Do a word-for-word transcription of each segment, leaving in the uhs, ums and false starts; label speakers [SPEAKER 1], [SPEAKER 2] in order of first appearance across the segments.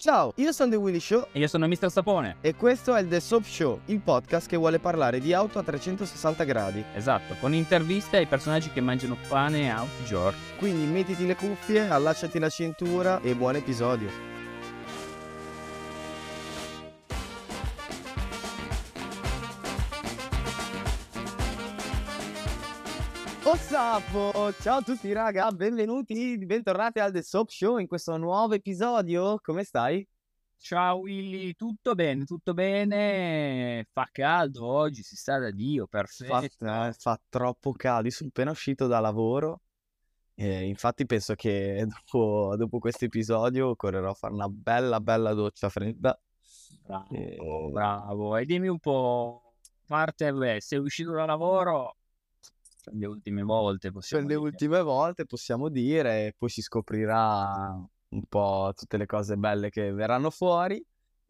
[SPEAKER 1] Ciao, io sono The Willy Show
[SPEAKER 2] E io sono mister Sapone.
[SPEAKER 1] e questo è il The Soap Show, il podcast che vuole parlare di auto a trecentosessanta gradi.
[SPEAKER 2] Esatto, con interviste ai personaggi che mangiano pane a tutti i giorni.
[SPEAKER 1] Quindi mettiti le cuffie, allacciati la cintura e buon episodio. What's up? Ciao a tutti raga, benvenuti, bentornati al The Soap Show in questo nuovo episodio. Come stai?
[SPEAKER 2] Ciao Willy, tutto bene, tutto bene. Fa caldo oggi, si sta da Dio,
[SPEAKER 1] Fa,
[SPEAKER 2] perfetto.
[SPEAKER 1] eh, fa troppo caldo, io sono appena uscito da lavoro e infatti penso che dopo, dopo questo episodio correrò a fare una bella bella doccia fredda.
[SPEAKER 2] Bravo,
[SPEAKER 1] E-
[SPEAKER 2] bravo. E dimmi un po', a parte, beh, sei uscito da lavoro le ultime volte,
[SPEAKER 1] per
[SPEAKER 2] possiamo
[SPEAKER 1] le
[SPEAKER 2] dire.
[SPEAKER 1] ultime volte possiamo dire, e poi si scoprirà un po' tutte le cose belle che verranno fuori.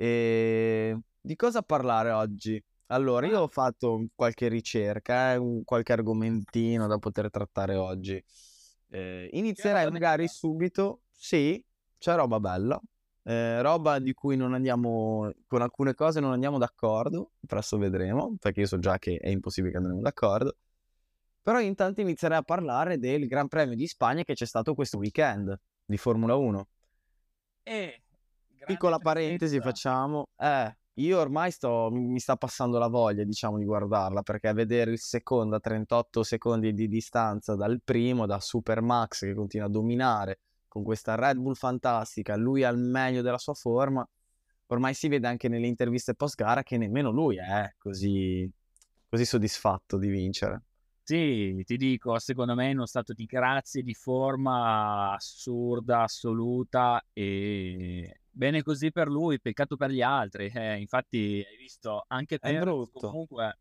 [SPEAKER 1] E di cosa parlare oggi? Allora, io ho fatto qualche ricerca, eh, un- qualche argomentino da poter trattare oggi. Eh, inizierei
[SPEAKER 2] roba
[SPEAKER 1] magari
[SPEAKER 2] bella.
[SPEAKER 1] subito, sì, c'è roba bella, eh, roba di cui non andiamo, con alcune cose non andiamo d'accordo, presto vedremo, perché io so già che è impossibile che andremo d'accordo. Però intanto inizierei a parlare del Gran Premio di Spagna che c'è stato questo weekend di Formula uno.
[SPEAKER 2] E grande
[SPEAKER 1] Piccola parentesi
[SPEAKER 2] tristezza.
[SPEAKER 1] facciamo, eh, io ormai sto, mi mi sta passando la voglia, diciamo, di guardarla, perché vedere il secondo a trentotto secondi di distanza dal primo, da Super Max che continua a dominare con questa Red Bull fantastica, lui al meglio della sua forma, ormai si vede anche nelle interviste post gara che nemmeno lui è così, così soddisfatto di vincere.
[SPEAKER 2] Sì, ti dico, secondo me è uno stato di grazia e di forma assurda, assoluta e bene così per lui, peccato per gli altri. Eh, infatti hai visto anche
[SPEAKER 1] È
[SPEAKER 2] Perez
[SPEAKER 1] brutto.
[SPEAKER 2] comunque,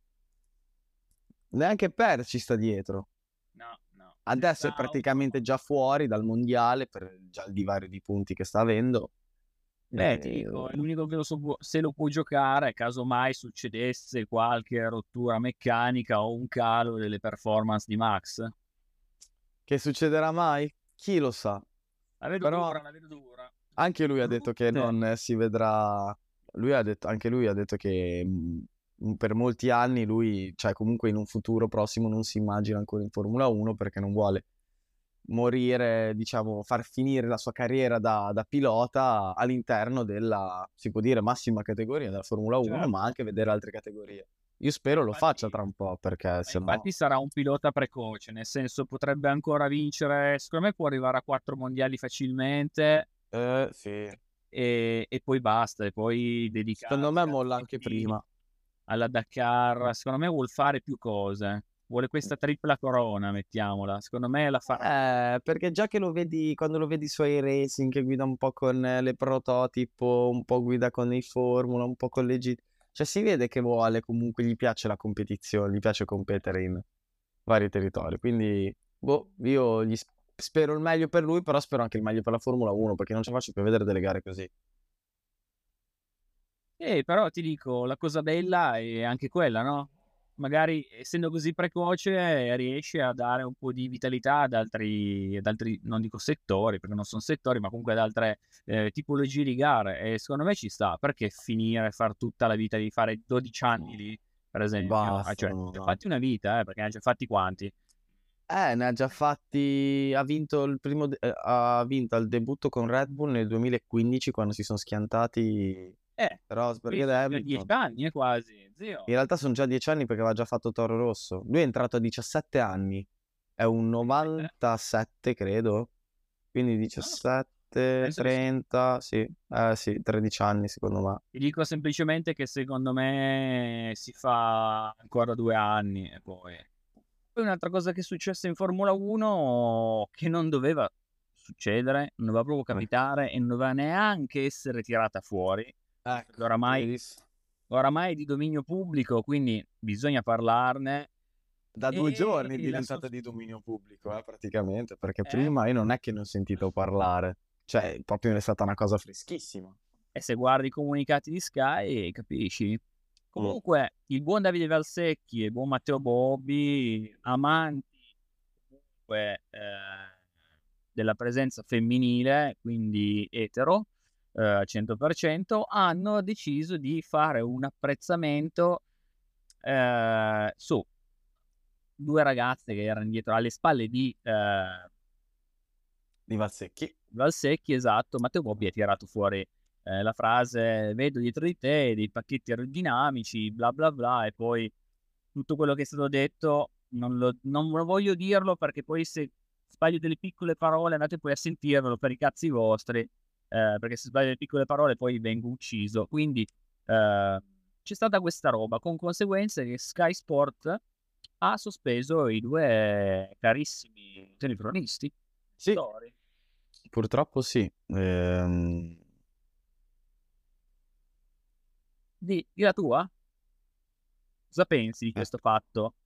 [SPEAKER 1] Neanche Per ci sta dietro.
[SPEAKER 2] no, no,
[SPEAKER 1] Adesso
[SPEAKER 2] stessa
[SPEAKER 1] è
[SPEAKER 2] auto.
[SPEAKER 1] praticamente già fuori dal mondiale per già il divario di punti che sta avendo.
[SPEAKER 2] Beh, ti
[SPEAKER 1] Eh,
[SPEAKER 2] dico, è l'unico che lo so, se lo può giocare, casomai succedesse qualche rottura meccanica o un calo delle performance di Max.
[SPEAKER 1] che succederà mai? Chi lo sa.
[SPEAKER 2] La vedo
[SPEAKER 1] Però
[SPEAKER 2] dura, la vedo dura.
[SPEAKER 1] anche lui ha detto che
[SPEAKER 2] Brutte.
[SPEAKER 1] non si vedrà. Lui ha detto, anche lui ha detto che mh, per molti anni lui, cioè comunque in un futuro prossimo non si immagina ancora in Formula uno perché non vuole morire, diciamo, far finire la sua carriera da, da pilota all'interno della, si può dire, massima categoria della Formula uno, ma
[SPEAKER 2] Certo.
[SPEAKER 1] anche vedere altre categorie. Io spero lo faccia
[SPEAKER 2] Infatti,
[SPEAKER 1] tra un po', perché
[SPEAKER 2] ma
[SPEAKER 1] se no.
[SPEAKER 2] infatti sarà un pilota precoce, nel senso potrebbe ancora vincere, secondo me può arrivare a quattro mondiali facilmente
[SPEAKER 1] Eh, sì.
[SPEAKER 2] e, e poi basta, e poi
[SPEAKER 1] Secondo me
[SPEAKER 2] dedicarsi al
[SPEAKER 1] molla anche
[SPEAKER 2] G P,
[SPEAKER 1] prima.
[SPEAKER 2] alla Dakar. Secondo me vuol fare più cose, vuole questa tripla corona, mettiamola, secondo me la farà.
[SPEAKER 1] Eh, perché già che lo vedi, quando lo vedi i suoi racing, che guida un po' con eh, le prototipo, un po' guida con i Formula, un po' con le G T, cioè si vede che vuole, comunque gli piace la competizione, gli piace competere in vari territori. Quindi, boh, io gli sp- spero il meglio per lui, però spero anche il meglio per la Formula uno, perché non ce la faccio più a vedere delle gare così.
[SPEAKER 2] Eh, però ti dico, la cosa bella è anche quella, no? Magari essendo così precoce eh, riesce a dare un po' di vitalità ad altri, ad altri, non dico settori, perché non sono settori, ma comunque ad altre eh, tipologie di gare. E secondo me ci sta, perché finire, far tutta la vita di fare dodici anni lì, per esempio? Ah,
[SPEAKER 1] Basta,
[SPEAKER 2] cioè,
[SPEAKER 1] no,
[SPEAKER 2] già
[SPEAKER 1] no.
[SPEAKER 2] fatti una vita, eh, perché ne ha già fatti quanti?
[SPEAKER 1] Eh, ne ha già fatti. Ha vinto il primo. de- eh, ha vinto il debutto con Red Bull nel duemilaquindici quando si sono schiantati
[SPEAKER 2] Eh,
[SPEAKER 1] Rosberg
[SPEAKER 2] quindi
[SPEAKER 1] ed
[SPEAKER 2] sono già dieci
[SPEAKER 1] Hamilton.
[SPEAKER 2] anni, eh, quasi,
[SPEAKER 1] In
[SPEAKER 2] zio.
[SPEAKER 1] realtà sono già dieci anni perché aveva già fatto Toro Rosso. Lui è entrato a diciassette anni. È un
[SPEAKER 2] Eh,
[SPEAKER 1] novantasette, credo. Quindi
[SPEAKER 2] non lo so,
[SPEAKER 1] diciassette,
[SPEAKER 2] penso di sì.
[SPEAKER 1] trenta, sì. Eh sì, tredici anni secondo me.
[SPEAKER 2] Ti dico semplicemente che secondo me si fa ancora due anni e poi. Poi un'altra cosa che è successa in Formula uno che non doveva succedere, non doveva proprio
[SPEAKER 1] Eh.
[SPEAKER 2] capitare e non doveva neanche essere tirata fuori, perché
[SPEAKER 1] Ecco,
[SPEAKER 2] oramai,
[SPEAKER 1] vedi?
[SPEAKER 2] oramai è di dominio pubblico, quindi bisogna parlarne.
[SPEAKER 1] Da due giorni è
[SPEAKER 2] E la
[SPEAKER 1] diventata
[SPEAKER 2] sost-
[SPEAKER 1] di dominio pubblico, eh, praticamente, perché
[SPEAKER 2] eh?
[SPEAKER 1] prima io non è che ne ho sentito parlare. Cioè, proprio è stata una cosa freschissima.
[SPEAKER 2] E se guardi i comunicati di Sky capisci.
[SPEAKER 1] Mm.
[SPEAKER 2] Comunque, il buon Davide Valsecchi e il buon Matteo Bobbi, amanti comunque eh, della presenza femminile, quindi etero, eh, al cento per cento, hanno deciso di fare un apprezzamento eh, su due ragazze che erano dietro alle spalle di eh,
[SPEAKER 1] Di Valsecchi.
[SPEAKER 2] Valsecchi, esatto. Matteo Bobbi ha tirato fuori eh, la frase vedo dietro di te dei pacchetti aerodinamici, bla bla bla, e poi tutto quello che è stato detto non lo, non lo voglio dirlo perché poi se sbaglio delle piccole parole andate poi a sentirvelo per i cazzi vostri, eh, perché se sbaglio delle piccole parole poi vengo ucciso. Quindi eh, c'è stata questa roba, con conseguenze che Sky Sport ha sospeso i due carissimi telecronisti.
[SPEAKER 1] Sì,
[SPEAKER 2] Story.
[SPEAKER 1] purtroppo sì. Ehm,
[SPEAKER 2] Di, di la tua? Cosa pensi di
[SPEAKER 1] eh,
[SPEAKER 2] questo fatto?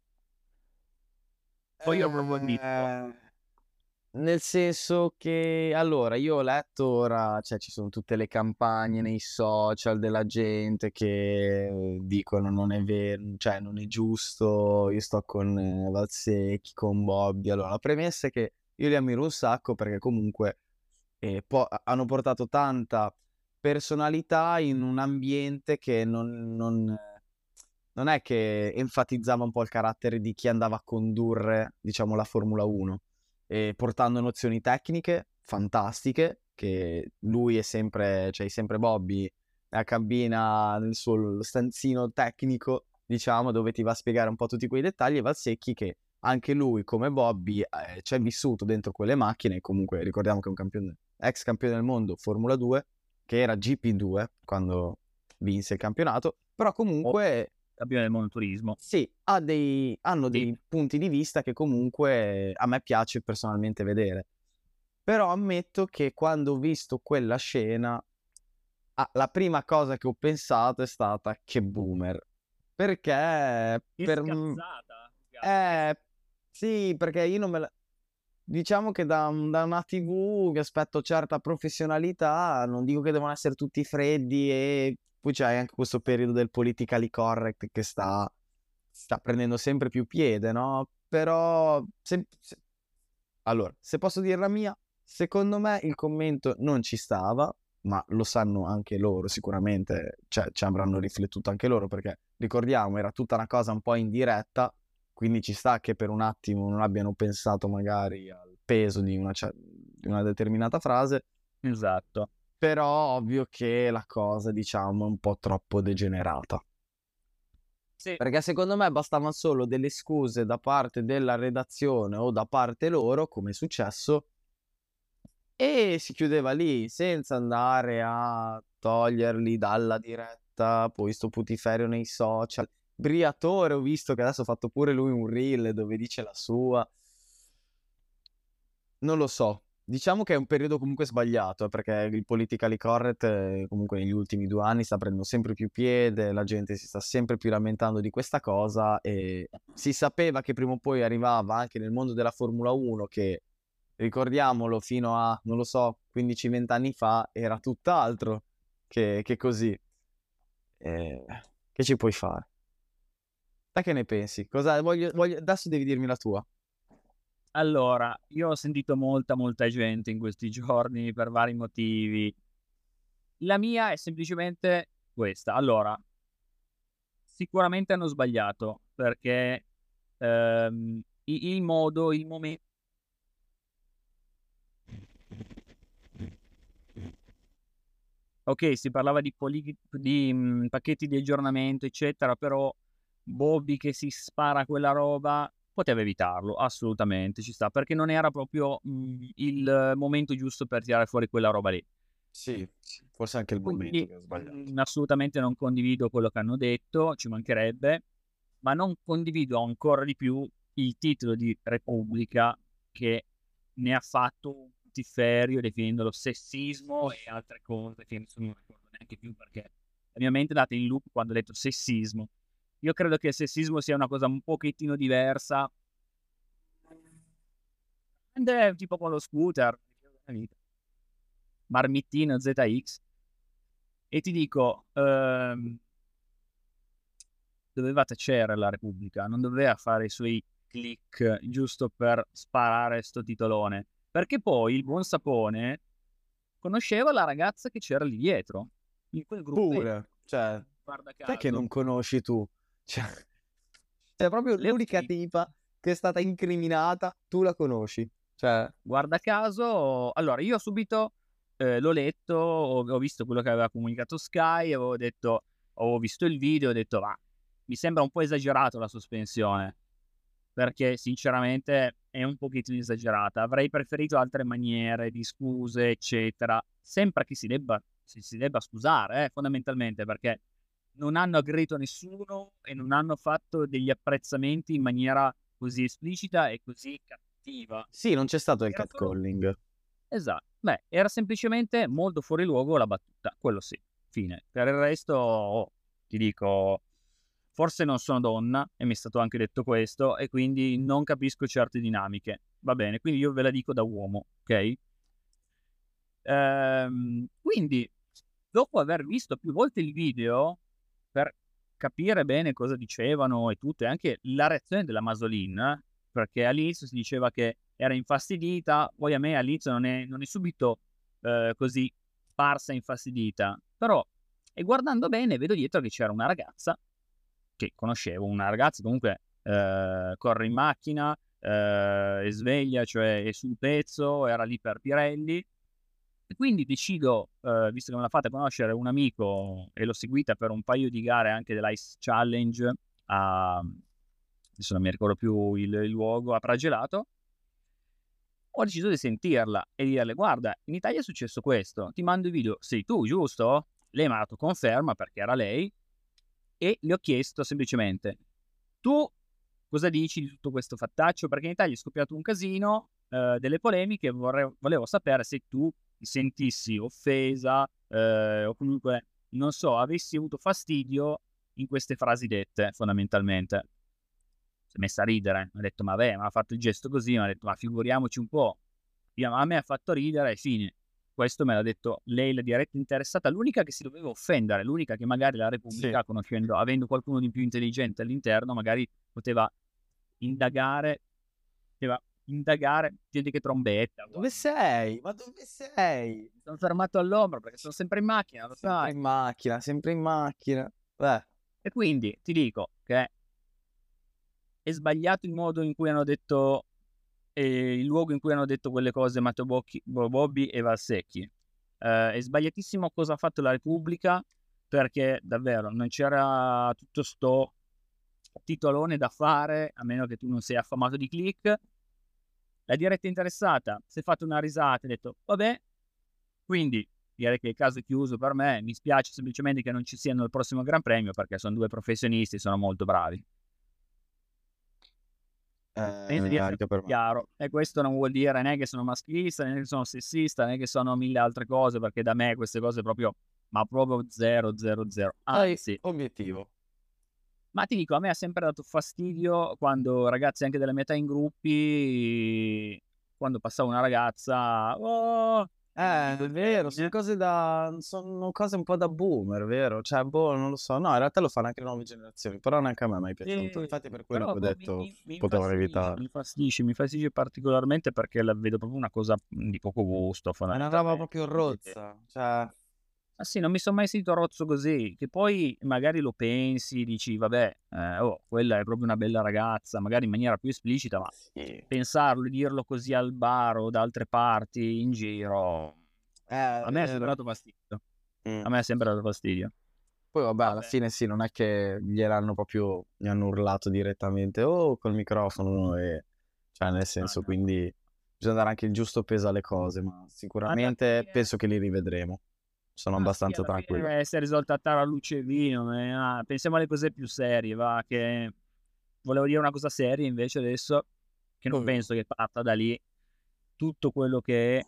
[SPEAKER 2] Poi io approfondisco.
[SPEAKER 1] eh, Nel senso che, allora, io ho letto ora, cioè ci sono tutte le campagne nei social della gente che dicono non è vero, cioè non è giusto, io sto con eh, Valsecchi, con Bobby. Allora, la premessa è che io li ammiro un sacco perché comunque eh, po- hanno portato tanta personalità in un ambiente che non, non, non è che enfatizzava un po' il carattere di chi andava a condurre, diciamo, la Formula uno, e portando nozioni tecniche fantastiche, che lui è sempre, cioè è sempre Bobby, nella cabina, nel suo stanzino tecnico, diciamo, dove ti va a spiegare un po' tutti quei dettagli, e Valsecchi che anche lui, come Bobby, eh, ci è vissuto dentro quelle macchine. Comunque ricordiamo che è un campione, ex campione del mondo Formula due, che era G P due quando vinse il campionato, però
[SPEAKER 2] O
[SPEAKER 1] comunque
[SPEAKER 2] campione del monoturismo.
[SPEAKER 1] sì, ha dei, hanno
[SPEAKER 2] Sì.
[SPEAKER 1] dei punti di vista che comunque a me piace personalmente vedere. Però ammetto che quando ho visto quella scena, ah, la prima cosa che ho pensato è stata che boomer. Perché
[SPEAKER 2] Che
[SPEAKER 1] per... m-
[SPEAKER 2] scazzata. Cazzo, che
[SPEAKER 1] Eh, sì, perché io non me la... Diciamo che da, da una T V che aspetto certa professionalità, non dico che devono essere tutti freddi, e poi c'è anche questo periodo del politically correct che sta, sta prendendo sempre più piede, no? Però, se, se- allora, se posso dire la mia, secondo me il commento non ci stava, ma lo sanno anche loro sicuramente, cioè ci avranno riflettuto anche loro, perché ricordiamo, era tutta una cosa un po' in diretta, quindi ci sta che per un attimo non abbiano pensato magari al peso di una, cer- di una determinata frase,
[SPEAKER 2] esatto.
[SPEAKER 1] però ovvio che la cosa, diciamo, è un po' troppo degenerata.
[SPEAKER 2] Sì.
[SPEAKER 1] Perché secondo me bastavano solo delle scuse da parte della redazione o da parte loro, come è successo, e si chiudeva lì, senza andare a toglierli dalla diretta, poi sto putiferio nei social. Briatore, ho visto che adesso ha fatto pure lui un reel dove dice la sua. Non lo so. Diciamo che è un periodo comunque sbagliato, eh, perché il politically correct eh, comunque negli ultimi due anni sta prendendo sempre più piede, la gente si sta sempre più lamentando di questa cosa, e si sapeva che prima o poi arrivava anche nel mondo della Formula uno, che ricordiamolo, fino a, non lo so, quindici venti anni fa era tutt'altro che, che così. Eh, che ci puoi fare? Te che ne pensi? Cosa, voglio, voglio- adesso devi dirmi la tua.
[SPEAKER 2] Allora, io ho sentito molta, molta gente in questi giorni per vari motivi. La mia è semplicemente questa. Allora, sicuramente hanno sbagliato perché ehm, i- il modo, il momento. Ok, si parlava di, poli- di mh, pacchetti di aggiornamento, eccetera, però Bobby che si spara quella roba poteva evitarlo, assolutamente, ci sta, perché non era proprio mh, il momento giusto per tirare fuori quella roba lì.
[SPEAKER 1] Sì, forse anche il momento
[SPEAKER 2] Quindi
[SPEAKER 1] che ho sbagliato.
[SPEAKER 2] mh, assolutamente non condivido quello che hanno detto, ci mancherebbe, ma non condivido ancora di più il titolo di Repubblica che ne ha fatto un putiferio definendolo sessismo e altre cose che adesso non ricordo neanche più perché la mia mente è andata in loop quando ho detto sessismo. Io credo che il sessismo sia una cosa un pochettino diversa. Ed è tipo con lo scooter, Marmittino Z X. E ti dico, ehm, doveva tacere la Repubblica, non doveva fare i suoi click giusto per sparare sto titolone. Perché poi il buon sapone conoscevo la ragazza che c'era lì dietro, in quel gruppo.
[SPEAKER 1] Pure, cioè,
[SPEAKER 2] Guarda
[SPEAKER 1] chi è che
[SPEAKER 2] caso.
[SPEAKER 1] non conosci tu? Cioè, è proprio
[SPEAKER 2] Le ho
[SPEAKER 1] l'unica
[SPEAKER 2] viste.
[SPEAKER 1] tipa che è stata incriminata, tu la conosci. Cioè,
[SPEAKER 2] Guarda caso, allora io subito eh, l'ho letto, ho, ho visto quello che aveva comunicato Sky, avevo detto, ho visto il video, ho detto, ma mi sembra un po' esagerato la sospensione, perché sinceramente è un pochettino esagerata. Avrei preferito altre maniere di scuse, eccetera, sempre che si debba, si, si debba scusare, eh, fondamentalmente, perché non hanno aggredito nessuno e non hanno fatto degli apprezzamenti in maniera così esplicita e così cattiva.
[SPEAKER 1] sì, non c'è stato il
[SPEAKER 2] Era solo
[SPEAKER 1] catcalling.
[SPEAKER 2] Esatto. Beh, era semplicemente molto fuori luogo la battuta, quello sì, fine. Per il resto, oh, ti dico, forse non sono donna, e mi è stato anche detto questo, e quindi non capisco certe dinamiche. Va bene, quindi io ve la dico da uomo, ok? Ehm, quindi, dopo aver visto più volte il video, per capire bene cosa dicevano e tutto, e anche la reazione della Masolin, perché all'inizio si diceva che era infastidita, poi a me all'inizio non è, non è subito eh, così parsa infastidita, però, e guardando bene vedo dietro che c'era una ragazza, che conoscevo, una ragazza comunque eh, corre in macchina, eh, è sveglia, cioè è sul pezzo, era lì per Pirelli, e quindi decido, eh, visto che me l'ha fatta conoscere un amico e l'ho seguita per un paio di gare anche dell'Ice Challenge, a, adesso non mi ricordo più il, il luogo, a Pragelato, ho deciso di sentirla e di dirle, guarda, in Italia è successo questo, ti mando i video, sei tu, giusto? Lei mi ha dato conferma perché era lei e le ho chiesto semplicemente, tu cosa dici di tutto questo fattaccio? Perché in Italia è scoppiato un casino, eh, delle polemiche, vorrei, volevo sapere se tu ti sentissi offesa eh, o comunque, non so, avessi avuto fastidio in queste frasi dette, fondamentalmente. Si è messa a ridere, ha detto, ma beh, ma ha fatto il gesto così, mi ha detto, ma figuriamoci un po'. Io, ma a me ha fatto ridere e fine. Questo me l'ha detto lei, la diretta interessata, l'unica che si doveva offendere, l'unica che magari la
[SPEAKER 1] Sì.
[SPEAKER 2] Repubblica, conoscendo, avendo qualcuno di più intelligente all'interno, magari poteva indagare, poteva indagare, gente che trombetta,
[SPEAKER 1] Dove
[SPEAKER 2] guarda.
[SPEAKER 1] sei? Ma dove sei?
[SPEAKER 2] Mi sono fermato all'ombra perché sono sempre in macchina, lo
[SPEAKER 1] Sempre
[SPEAKER 2] sai.
[SPEAKER 1] in macchina, sempre in macchina. Beh,
[SPEAKER 2] E quindi ti dico che è sbagliato il modo in cui hanno detto, eh, il luogo in cui hanno detto quelle cose Matteo Bocchi, Bo- Bobbi e Valsecchi. Eh, è sbagliatissimo cosa ha fatto la Repubblica, perché davvero non c'era tutto sto titolone da fare, a meno che tu non sei affamato di click. La diretta interessata si è fatta una risata e ha detto vabbè, quindi direi che il caso è chiuso per me. Mi spiace semplicemente che non ci siano il prossimo Gran Premio perché sono due professionisti, sono molto bravi.
[SPEAKER 1] eh,
[SPEAKER 2] Penso di essere
[SPEAKER 1] anche per me.
[SPEAKER 2] chiaro, e questo non vuol dire né che sono maschilista, né che sono sessista, né che sono mille altre cose, perché da me queste cose proprio, ma proprio zero, zero, zero.
[SPEAKER 1] Dai,
[SPEAKER 2] Anzi,
[SPEAKER 1] obiettivo.
[SPEAKER 2] ma ti dico, a me ha sempre dato fastidio quando ragazzi anche della mia età in gruppi, quando passava una ragazza, oh,
[SPEAKER 1] Eh, è vero, sono
[SPEAKER 2] eh,
[SPEAKER 1] cose da... sono cose un po' da boomer, vero? Cioè, boh, non lo so. No, in realtà lo fanno anche le nuove generazioni, però neanche a me è mai piaciuto.
[SPEAKER 2] sì,
[SPEAKER 1] Infatti per quello
[SPEAKER 2] però
[SPEAKER 1] che ho
[SPEAKER 2] boh, mi,
[SPEAKER 1] detto
[SPEAKER 2] mi, mi
[SPEAKER 1] potevano
[SPEAKER 2] infastidisce,
[SPEAKER 1] evitare.
[SPEAKER 2] mi infastidisce, mi infastidisce particolarmente perché la vedo proprio una cosa di poco gusto,
[SPEAKER 1] È una roba
[SPEAKER 2] fondamentalmente.
[SPEAKER 1] proprio rozza. Cioè,
[SPEAKER 2] Ah sì, non mi son mai sentito rozzo così, che poi magari lo pensi, dici: "Vabbè, ehm, oh, quella è proprio una bella ragazza", magari in maniera più esplicita, ma
[SPEAKER 1] sì.
[SPEAKER 2] pensarlo e dirlo così al bar o da altre parti in giro,
[SPEAKER 1] Eh, è
[SPEAKER 2] a me ha sempre
[SPEAKER 1] vero.
[SPEAKER 2] dato fastidio.
[SPEAKER 1] Mm.
[SPEAKER 2] A me ha sempre dato fastidio.
[SPEAKER 1] Poi vabbè, alla
[SPEAKER 2] Vabbè.
[SPEAKER 1] fine sì, non è che gliel'hanno proprio, gli hanno urlato direttamente, oh, col microfono, e... cioè nel
[SPEAKER 2] Ah,
[SPEAKER 1] senso,
[SPEAKER 2] no.
[SPEAKER 1] quindi bisogna dare anche il giusto peso alle cose, ma
[SPEAKER 2] Alla
[SPEAKER 1] sicuramente
[SPEAKER 2] fine
[SPEAKER 1] penso che li rivedremo. Sono
[SPEAKER 2] ma sì,
[SPEAKER 1] abbastanza
[SPEAKER 2] alla
[SPEAKER 1] tranquillo.
[SPEAKER 2] fine si è risolta a tara luce e vino, e ah, pensiamo alle cose più serie, va, che volevo dire una cosa seria invece adesso, che non
[SPEAKER 1] Mm.
[SPEAKER 2] penso che parta da lì tutto quello che è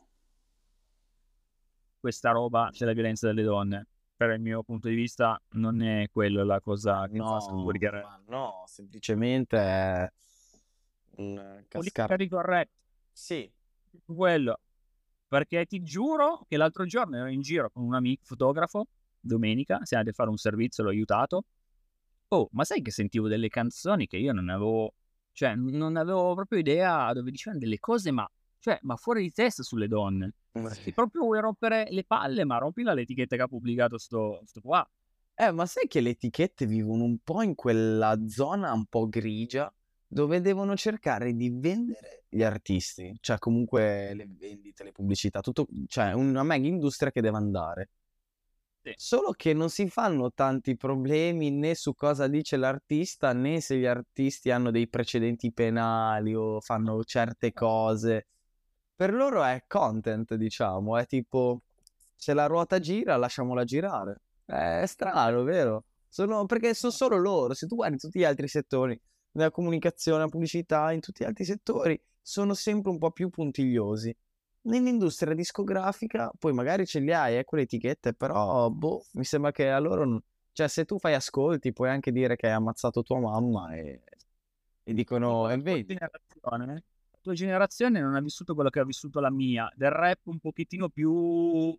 [SPEAKER 2] questa roba della violenza delle donne. Per il mio punto di vista non è quella la
[SPEAKER 1] Ma
[SPEAKER 2] cosa che fa
[SPEAKER 1] no,
[SPEAKER 2] scoprire.
[SPEAKER 1] ma no, semplicemente è un cascar...
[SPEAKER 2] Politically correct,
[SPEAKER 1] Sì,
[SPEAKER 2] tutto quello. Perché ti giuro che l'altro giorno ero in giro con un amico fotografo, domenica, siamo andati a fare un servizio, l'ho aiutato. Oh, ma sai che sentivo delle canzoni che io non avevo, cioè non avevo proprio idea dove dicevano delle cose, ma Cioè, ma fuori di testa sulle donne. Se proprio vuoi rompere le palle, ma rompila l'etichetta che ha pubblicato sto, sto qua.
[SPEAKER 1] Eh, ma sai che le etichette vivono un po' in quella zona un po' grigia dove devono cercare di vendere gli artisti, cioè comunque le vendite, le pubblicità, tutto, cioè una mega industria che deve andare.
[SPEAKER 2] Sì.
[SPEAKER 1] Solo che non si fanno tanti problemi né su cosa dice l'artista né se gli artisti hanno dei precedenti penali o fanno certe cose. Per loro è content, diciamo, è tipo se la ruota gira, lasciamola girare. È strano, vero? Sono, perché sono solo loro. Se tu guardi tutti gli altri settori, nella comunicazione, la pubblicità, in tutti gli altri settori, sono sempre un po' più puntigliosi. Nell'industria discografica, poi magari ce li hai, eh, quelle etichette, però, boh, mi sembra che a loro... non- Cioè, se tu fai ascolti, puoi anche dire che hai ammazzato tua mamma e, e dicono,
[SPEAKER 2] La
[SPEAKER 1] e
[SPEAKER 2] tua
[SPEAKER 1] vedi.
[SPEAKER 2] generazione, la tua generazione non ha vissuto quello che ha vissuto la mia, del rap un pochettino più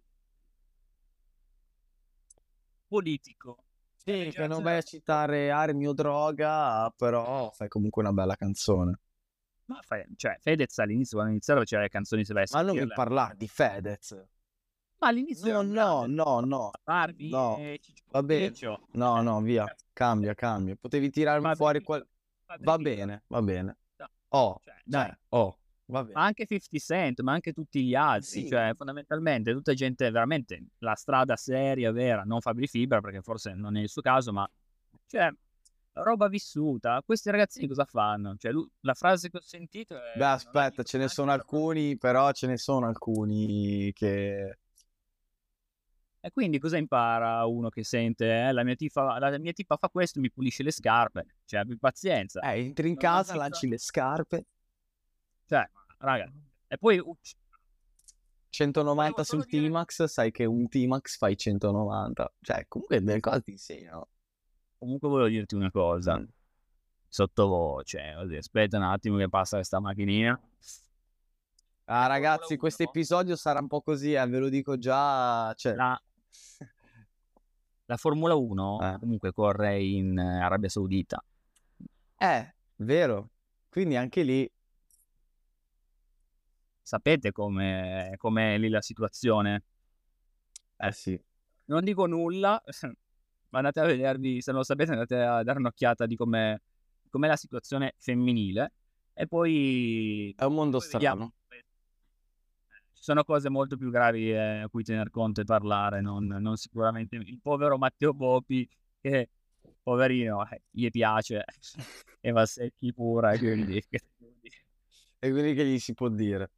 [SPEAKER 2] politico. È la
[SPEAKER 1] Sì, che non
[SPEAKER 2] generazione
[SPEAKER 1] vai a
[SPEAKER 2] della-
[SPEAKER 1] citare armi o droga, però fai comunque una bella canzone.
[SPEAKER 2] Ma fai, cioè, Fedez all'inizio, quando iniziava, c'era le canzoni, se vai a
[SPEAKER 1] Ma non mi
[SPEAKER 2] sentirle.
[SPEAKER 1] parlare di Fedez.
[SPEAKER 2] Ma all'inizio era
[SPEAKER 1] No,
[SPEAKER 2] un
[SPEAKER 1] no,
[SPEAKER 2] grande.
[SPEAKER 1] no, no,
[SPEAKER 2] Barbie
[SPEAKER 1] no.
[SPEAKER 2] e Ciccio
[SPEAKER 1] Va bene.
[SPEAKER 2] Pomeriggio.
[SPEAKER 1] No,
[SPEAKER 2] Eh,
[SPEAKER 1] no, via.
[SPEAKER 2] cazzo,
[SPEAKER 1] Cambia, cambia. Potevi tirarmi
[SPEAKER 2] Madre
[SPEAKER 1] fuori
[SPEAKER 2] mia,
[SPEAKER 1] qual...
[SPEAKER 2] madre
[SPEAKER 1] Va
[SPEAKER 2] mia.
[SPEAKER 1] bene, va bene.
[SPEAKER 2] No,
[SPEAKER 1] Oh,
[SPEAKER 2] cioè,
[SPEAKER 1] cioè,
[SPEAKER 2] dai.
[SPEAKER 1] oh, va
[SPEAKER 2] Ma
[SPEAKER 1] bene.
[SPEAKER 2] anche cinquanta Cent, ma anche tutti gli altri,
[SPEAKER 1] Sì,
[SPEAKER 2] cioè fondamentalmente tutta gente veramente la strada seria, vera, non Fabri Fibra perché forse non è il suo caso, ma cioè roba vissuta. Questi ragazzini cosa fanno? Cioè lu- la frase che ho sentito
[SPEAKER 1] beh,
[SPEAKER 2] è non la
[SPEAKER 1] aspetta,
[SPEAKER 2] dico
[SPEAKER 1] ce ne
[SPEAKER 2] neanche
[SPEAKER 1] sono
[SPEAKER 2] per
[SPEAKER 1] alcuni, però ce ne sono alcuni che...
[SPEAKER 2] E quindi cosa impara uno che sente, eh, la mia tipa, la mia tipa fa questo, mi pulisce le scarpe, cioè abbi pazienza.
[SPEAKER 1] Eh, entri in
[SPEAKER 2] Non, non
[SPEAKER 1] casa,
[SPEAKER 2] si sa,
[SPEAKER 1] lanci le scarpe,
[SPEAKER 2] cioè, raga, e poi uh, volevo
[SPEAKER 1] centonovanta
[SPEAKER 2] solo
[SPEAKER 1] sul
[SPEAKER 2] dire.
[SPEAKER 1] T-Max, sai che un T-Max fai centonovanta. Cioè, comunque delle cose ti insegnano.
[SPEAKER 2] Comunque volevo dirti una cosa,
[SPEAKER 1] Mm.
[SPEAKER 2] sottovoce, così, aspetta un attimo che passa questa macchinina.
[SPEAKER 1] Ah,
[SPEAKER 2] La Formula
[SPEAKER 1] ragazzi, questo
[SPEAKER 2] uno,
[SPEAKER 1] episodio sarà un po' così, eh, ve lo dico già. Cioè,
[SPEAKER 2] la, la Formula uno
[SPEAKER 1] eh,
[SPEAKER 2] comunque corre in eh, Arabia Saudita.
[SPEAKER 1] eh, vero. Quindi anche lì,
[SPEAKER 2] Sapete come com'è lì la situazione?
[SPEAKER 1] eh sì.
[SPEAKER 2] Non dico nulla, ma andate a vedervi, se non lo sapete andate a dare un'occhiata di com'è, com'è la situazione femminile e poi,
[SPEAKER 1] È un
[SPEAKER 2] e
[SPEAKER 1] mondo
[SPEAKER 2] poi vediamo.
[SPEAKER 1] strano.
[SPEAKER 2] Ci sono cose molto più gravi eh, a cui tener conto e parlare, non, non sicuramente il povero Matteo Bopi che, poverino, eh, gli piace e va secchi pura, e quindi
[SPEAKER 1] E quindi che gli si può dire?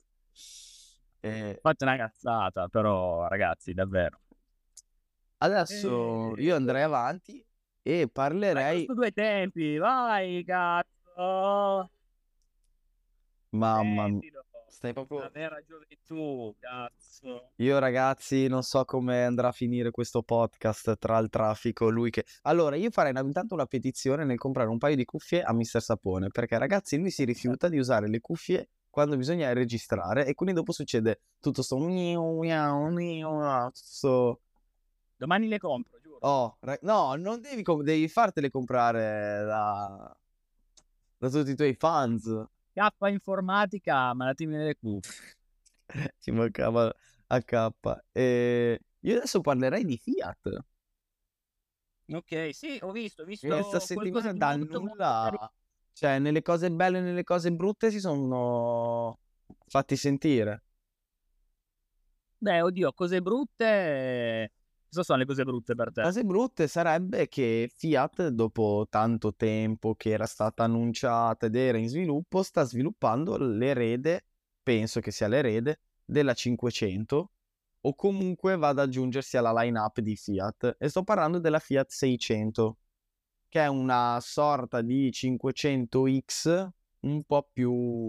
[SPEAKER 1] Eh,
[SPEAKER 2] fate una cazzata, però ragazzi, davvero.
[SPEAKER 1] adesso io
[SPEAKER 2] Eh,
[SPEAKER 1] andrei avanti e
[SPEAKER 2] Vai
[SPEAKER 1] parlerei.
[SPEAKER 2] giusto due tempi, vai cazzo!
[SPEAKER 1] Mamma mia,
[SPEAKER 2] Sentilo,
[SPEAKER 1] stai
[SPEAKER 2] la
[SPEAKER 1] proprio.
[SPEAKER 2] vera gioventù, cazzo.
[SPEAKER 1] Io ragazzi non so come andrà a finire questo podcast tra il traffico, lui che... Allora io farei una- intanto una petizione nel comprare un paio di cuffie a mister Sapone, perché ragazzi lui si rifiuta di usare le cuffie quando bisogna registrare e quindi dopo succede tutto sto miau miau miau miau, tutto sto...
[SPEAKER 2] Domani le compro, giuro.
[SPEAKER 1] Oh, ra- no, non devi, com- devi fartele comprare da... da tutti i tuoi fans.
[SPEAKER 2] K informatica, mandatemi nelle cuffie.
[SPEAKER 1] Ci mancava a K. E io adesso parlerei di Fiat.
[SPEAKER 2] Ok, sì, ho visto, ho
[SPEAKER 1] Questa
[SPEAKER 2] visto qualcosa
[SPEAKER 1] settimana
[SPEAKER 2] di
[SPEAKER 1] dal
[SPEAKER 2] molto molto carino.
[SPEAKER 1] nulla, cioè nelle cose belle e nelle cose brutte si sono fatti sentire.
[SPEAKER 2] Beh, oddio, cose brutte. Cosa sono le cose brutte per te?
[SPEAKER 1] Cose brutte sarebbe che Fiat, dopo tanto tempo che era stata annunciata ed era in sviluppo, sta sviluppando l'erede, penso che sia l'erede, della cinquecento o comunque va ad aggiungersi alla line-up di Fiat. E sto parlando della Fiat seicento, che è una sorta di cinquecento X un po' più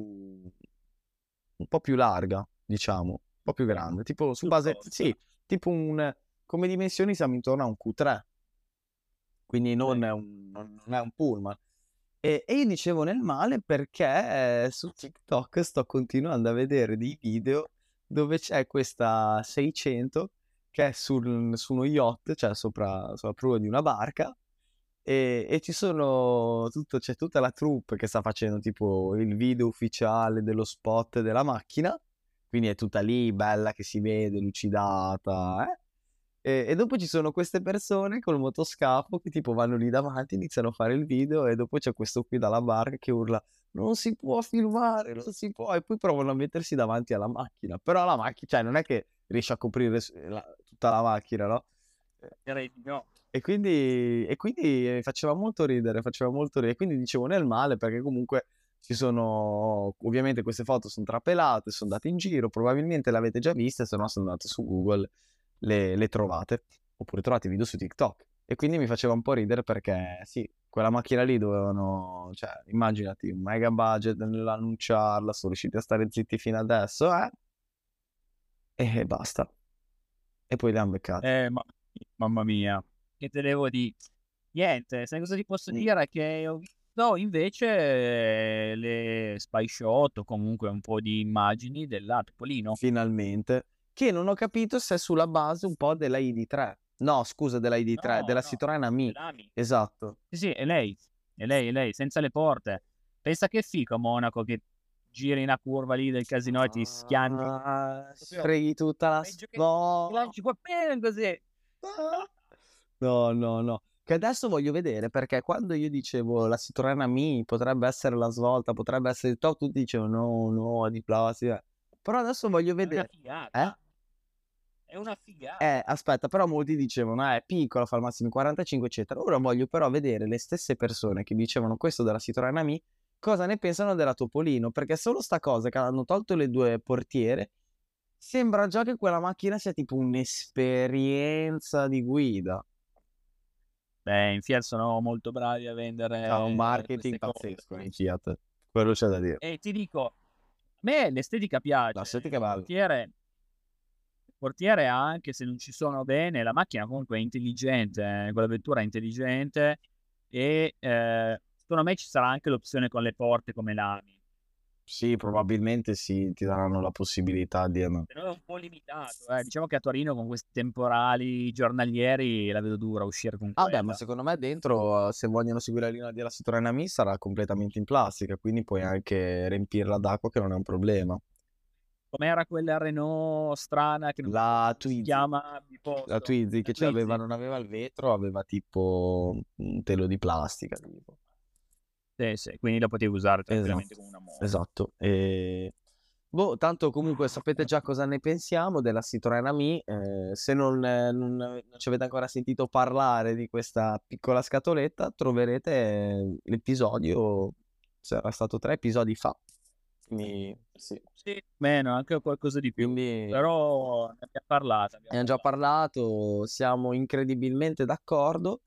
[SPEAKER 1] un po' più larga, diciamo, un po' più grande, tipo su
[SPEAKER 2] Più
[SPEAKER 1] base,
[SPEAKER 2] grossa.
[SPEAKER 1] sì, tipo un, come dimensioni siamo intorno a un Q tre, quindi non
[SPEAKER 2] Sì.
[SPEAKER 1] è un, non è un pullman. E, e io dicevo nel male perché eh, su TikTok sto continuando a vedere dei video dove c'è questa seicento che è sul, su uno yacht, cioè sopra, sopra la prua di una barca, e, e ci sono tutto, c'è tutta la troupe che sta facendo tipo il video ufficiale dello spot della macchina, quindi è tutta lì, bella che si vede, lucidata, eh? E, e dopo ci sono queste persone col motoscafo che tipo vanno lì davanti, iniziano a fare il video e dopo c'è questo qui dalla barca che urla non si può filmare, non si può, e poi provano a mettersi davanti alla macchina, però la macchina, cioè non è che riesce a coprire s- la- tutta la macchina, no?
[SPEAKER 2] Direi di no.
[SPEAKER 1] E quindi, e quindi eh, faceva molto ridere, faceva molto ridere, quindi dicevo nel male perché comunque ci sono, ovviamente queste foto sono trapelate, sono andate in giro, probabilmente le avete già viste, se no se andate su Google le, le trovate, oppure trovate video su TikTok. E quindi mi faceva un po' ridere perché sì, quella macchina lì dovevano, cioè immaginati, un mega budget nell'annunciarla, sono riusciti a stare zitti fino adesso, eh? E basta. E poi le hanno beccate.
[SPEAKER 2] Eh, ma- mamma mia, che te devo dire? Niente, sai cosa ti posso
[SPEAKER 1] Mm.
[SPEAKER 2] dire? Che ho visto invece eh, le spy shot o comunque un po' di immagini del Topolino.
[SPEAKER 1] Finalmente, che non ho capito se è sulla base un po' della I D tre. No, scusa, della I D tre,
[SPEAKER 2] No,
[SPEAKER 1] della
[SPEAKER 2] no,
[SPEAKER 1] Citroen Ami.
[SPEAKER 2] dell'Ami.
[SPEAKER 1] Esatto.
[SPEAKER 2] Sì, sì, è lei, è lei, è lei, senza le porte. Pensa che fico Monaco che giri in una curva lì del casino e ti schianti.
[SPEAKER 1] Ah,
[SPEAKER 2] Proprio
[SPEAKER 1] sfreghi tutta la... s-
[SPEAKER 2] peggio che ti
[SPEAKER 1] No!
[SPEAKER 2] lanci qua bene così.
[SPEAKER 1] No, no, no. Che adesso voglio vedere, perché quando io dicevo la Citroen Ami potrebbe essere la svolta, potrebbe essere il top, tutti dicevano no, no, è di plastica. Però adesso voglio
[SPEAKER 2] È una
[SPEAKER 1] vedere. Eh?
[SPEAKER 2] figata, è una
[SPEAKER 1] Eh,
[SPEAKER 2] figata.
[SPEAKER 1] aspetta, però molti dicevano, ah, è piccola, fa al massimo quarantacinque, eccetera. Ora voglio però vedere le stesse persone che dicevano questo della Citroen Ami, cosa ne pensano della Topolino, perché solo sta cosa che hanno tolto le due portiere, sembra già che quella macchina sia tipo un'esperienza di guida.
[SPEAKER 2] Beh, in Fiat sono molto bravi a
[SPEAKER 1] Ha un
[SPEAKER 2] vendere
[SPEAKER 1] marketing
[SPEAKER 2] queste cose.
[SPEAKER 1] pazzesco in Fiat, quello c'è da dire.
[SPEAKER 2] E ti dico, a me l'estetica piace,
[SPEAKER 1] L'estetica è
[SPEAKER 2] il
[SPEAKER 1] bella.
[SPEAKER 2] portiere, il portiere anche se non ci sono bene, la macchina comunque è intelligente, eh, quella vettura è intelligente e eh, secondo me ci sarà anche l'opzione con le porte come l'Ami.
[SPEAKER 1] Sì, probabilmente sì, ti daranno la possibilità di...
[SPEAKER 2] Però è un po' limitato, eh. Diciamo che a Torino con questi temporali giornalieri la vedo dura uscire con
[SPEAKER 1] Ah beh, ma
[SPEAKER 2] quella.
[SPEAKER 1] secondo me dentro, eh, se vogliono seguire la linea della Citroen Ami, sarà completamente in plastica, quindi puoi anche riempirla d'acqua che non è un problema.
[SPEAKER 2] Com'era quella Renault strana che non mi ricordo
[SPEAKER 1] La
[SPEAKER 2] come si
[SPEAKER 1] Twizy,
[SPEAKER 2] chiama di
[SPEAKER 1] la
[SPEAKER 2] posto?
[SPEAKER 1] Twizy
[SPEAKER 2] La
[SPEAKER 1] che c'aveva,
[SPEAKER 2] Twizy.
[SPEAKER 1] non aveva il vetro, aveva tipo un telo di plastica, tipo.
[SPEAKER 2] Sì, sì, quindi la potevi usare tranquillamente
[SPEAKER 1] Esatto,
[SPEAKER 2] come una moto.
[SPEAKER 1] esatto. E... Boh, tanto comunque sapete già cosa ne pensiamo della Citroen Ami. Eh, se non, eh, non, non ci avete ancora sentito parlare di questa piccola scatoletta, troverete eh, l'episodio, sarà stato tre episodi fa. Quindi, sì.
[SPEAKER 2] Sì, meno, anche qualcosa di più.
[SPEAKER 1] Quindi
[SPEAKER 2] Però ne abbiamo parlato, abbiamo
[SPEAKER 1] abbiamo già
[SPEAKER 2] parlato.
[SPEAKER 1] parlato, siamo incredibilmente d'accordo.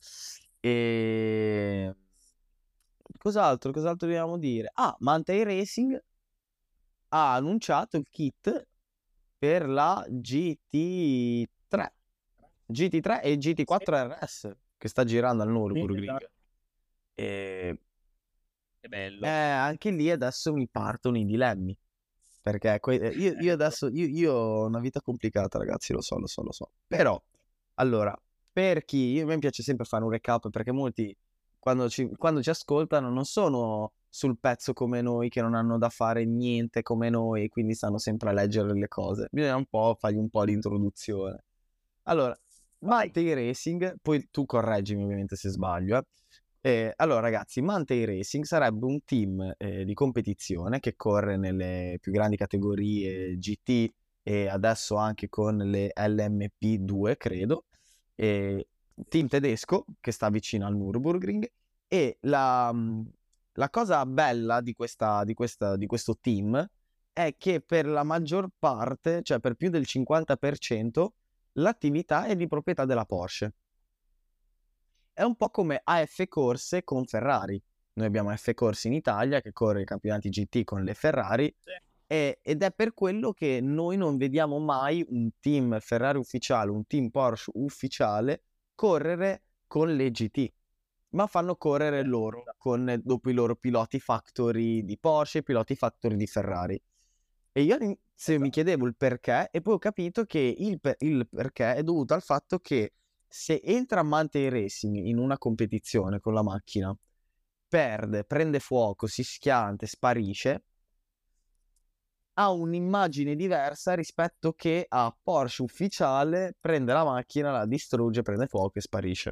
[SPEAKER 1] E cos'altro? Cos'altro dobbiamo dire? Ah, Mantai Racing ha annunciato il kit per la G T tre, G T tre e
[SPEAKER 2] Sì,
[SPEAKER 1] G T quattro R S che sta girando al
[SPEAKER 2] sì,
[SPEAKER 1] Nürburgring.
[SPEAKER 2] esatto.
[SPEAKER 1] E
[SPEAKER 2] Che
[SPEAKER 1] eh,
[SPEAKER 2] bello.
[SPEAKER 1] anche lì adesso mi partono i dilemmi. Perché que- eh, io, io
[SPEAKER 2] Ecco.
[SPEAKER 1] adesso io, io ho una vita complicata, ragazzi, lo so, lo so, lo so. Però, allora, per chi io, a me piace sempre fare un recap perché molti quando ci, quando ci ascoltano non sono sul pezzo come noi che non hanno da fare niente come noi e quindi stanno sempre a leggere le cose. Bisogna un po' fargli un po' l'introduzione. Allora,
[SPEAKER 2] Vai.
[SPEAKER 1] Mantei Racing, poi tu correggimi ovviamente se sbaglio, eh. Eh, allora ragazzi, Mantei Racing sarebbe un team eh, di competizione che corre nelle più grandi categorie G T e adesso anche con le L M P due, credo. E team tedesco che sta vicino al Nürburgring e la, mh, la cosa bella di, questa, di, questa, di questo team è che per la maggior parte, cioè per più del cinquanta per cento, l'attività è di proprietà della Porsche. È un po' come A F Corse con Ferrari. Noi abbiamo A F Corse in Italia che corre i campionati G T con le Ferrari
[SPEAKER 2] Sì.
[SPEAKER 1] e- ed è per quello che noi non vediamo mai un team Ferrari ufficiale, un team Porsche ufficiale correre con le G T, ma fanno correre
[SPEAKER 2] Sì,
[SPEAKER 1] loro
[SPEAKER 2] esatto.
[SPEAKER 1] con dopo i loro piloti factory di Porsche, i piloti factory di Ferrari. E io all'inizio mi
[SPEAKER 2] Esatto.
[SPEAKER 1] chiedevo il perché e poi ho capito che il, per- il perché è dovuto al fatto che se entra Mountain Racing in una competizione con la macchina, perde, prende fuoco, si schianta e sparisce, ha un'immagine diversa rispetto che a Porsche ufficiale, prende la macchina, la distrugge, prende fuoco e sparisce.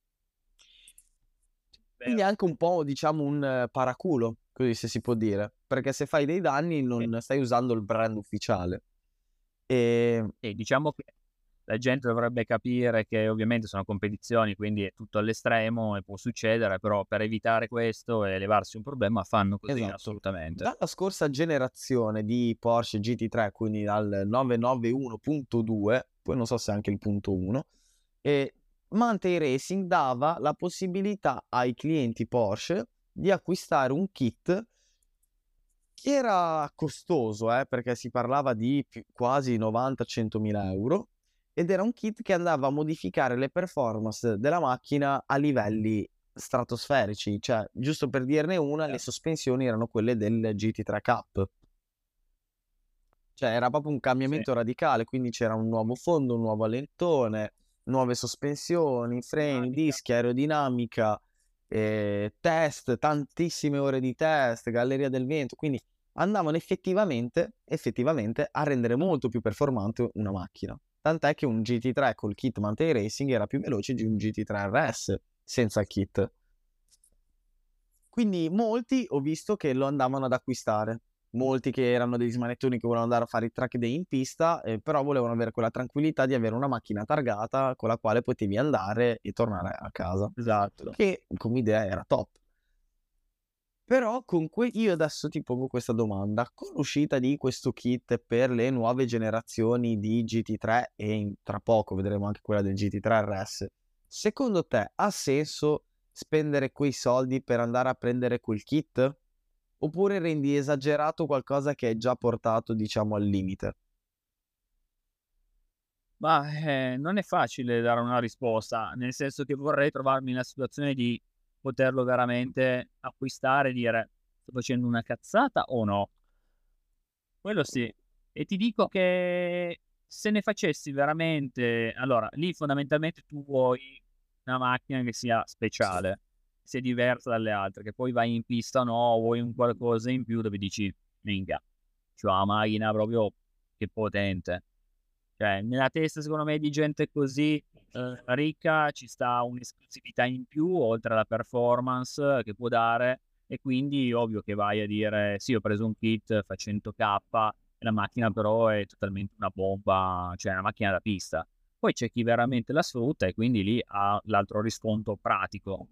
[SPEAKER 1] Quindi è
[SPEAKER 2] Vero.
[SPEAKER 1] anche un po', diciamo, un eh, paraculo, così se si può dire, perché se fai dei danni
[SPEAKER 2] E,
[SPEAKER 1] non stai usando il brand ufficiale. E
[SPEAKER 2] e diciamo che la gente dovrebbe capire che ovviamente sono competizioni, quindi è tutto all'estremo e può succedere, però per evitare questo e levarsi un problema fanno così,
[SPEAKER 1] esatto.
[SPEAKER 2] assolutamente.
[SPEAKER 1] Dalla scorsa generazione di Porsche G T tre, quindi dal novecentonovantuno punto due, poi non so se anche il punto uno, e Mountain Racing dava la possibilità ai clienti Porsche di acquistare un kit che era costoso, eh, perché si parlava di più- quasi novanta-centomila euro, ed era un kit che andava a modificare le performance della macchina a livelli stratosferici, cioè giusto per dirne una, le
[SPEAKER 2] Certo.
[SPEAKER 1] sospensioni erano quelle del G T tre Cup. Cioè era proprio un
[SPEAKER 2] Sì.
[SPEAKER 1] cambiamento radicale, quindi c'era un nuovo fondo, un nuovo alentone, nuove sospensioni, freni,
[SPEAKER 2] Dinamica.
[SPEAKER 1] dischi, aerodinamica, eh, test, tantissime ore di test, galleria del vento, quindi andavano effettivamente, effettivamente a rendere molto più performante una macchina. Tant'è che un G T tre col kit Mountain Racing era più veloce di un G T tre R S senza il kit. Quindi molti ho visto che lo andavano ad acquistare. Molti che erano degli smanettoni che volevano andare a fare i track day in pista, eh, però volevano avere quella tranquillità di avere una macchina targata con la quale potevi andare e tornare a casa.
[SPEAKER 2] Esatto.
[SPEAKER 1] Che come idea era top. Però con que- io adesso ti pongo questa domanda. Con l'uscita di questo kit per le nuove generazioni di G T tre e in- tra poco vedremo anche quella del G T tre R S, secondo te ha senso spendere quei soldi per andare a prendere quel kit? Oppure rendi esagerato qualcosa che è già portato, diciamo, al limite?
[SPEAKER 2] Ma, eh, non è facile dare una risposta, nel senso che vorrei trovarmi nella situazione di poterlo veramente acquistare e dire: "Sto facendo una cazzata o no?" Quello sì. E ti dico che se ne facessi veramente allora, lì fondamentalmente tu vuoi una macchina che sia speciale, sia diversa dalle altre, che poi vai in pista o no, vuoi un qualcosa in più dove dici: "Minchia, c'ho la macchina proprio che potente." Cioè, nella testa secondo me di gente così, uhm, ricca ci sta un'esclusività in più oltre alla performance che può dare e quindi ovvio che vai a dire: "Sì, ho preso un kit, fa cento K e la macchina però è totalmente una bomba, cioè è una macchina da pista." Poi c'è chi veramente la sfrutta e quindi lì ha l'altro riscontro pratico.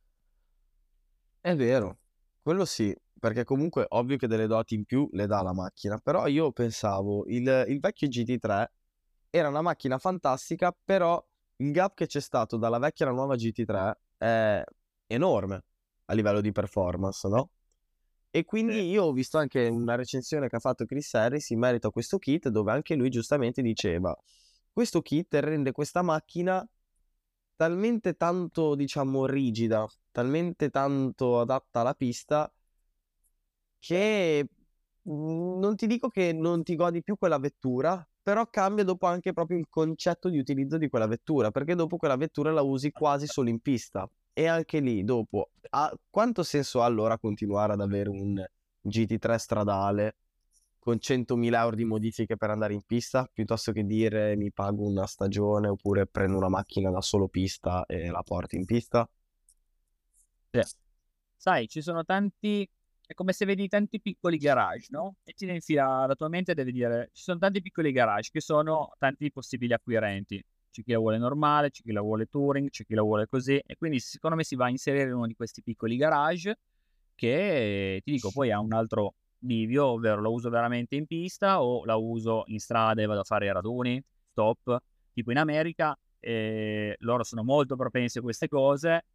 [SPEAKER 1] È vero, quello sì, perché comunque ovvio che delle doti in più le dà la macchina, però io pensavo il, il vecchio G T tre era una macchina fantastica, però il gap che c'è stato dalla vecchia alla nuova G T tre è enorme a livello di performance, no? E
[SPEAKER 2] Sì.
[SPEAKER 1] quindi io ho visto anche una recensione che ha fatto Chris Harris in merito a questo kit, dove anche lui giustamente diceva: questo kit rende questa macchina talmente tanto, diciamo, rigida, talmente tanto adatta alla pista, che mhmm, non ti dico che non ti godi più quella vettura, però cambia dopo anche proprio il concetto di utilizzo di quella vettura, perché dopo quella vettura la usi quasi solo in pista. E anche lì dopo, ha quanto senso ha allora continuare ad avere un G T tre stradale con centomila euro di modifiche per andare in pista, piuttosto che dire: "Mi pago una stagione oppure prendo una macchina da solo pista e la porto in pista"?
[SPEAKER 2] Sì. Sai, ci sono tanti è come se vedi tanti piccoli garage, no, e ti devi fila la tua mente deve dire: ci son tanti piccoli garage che sono tanti possibili acquirenti. C'è chi la vuole normale, c'è chi la vuole touring, c'è chi la vuole così e quindi secondo me si va a inserire in uno di questi piccoli garage che, ti dico, poi ha un altro bivio, ovvero la uso veramente in pista o la uso in strada e vado a fare i raduni, stop. Tipo in America, ehm, loro sono molto propensi a queste cose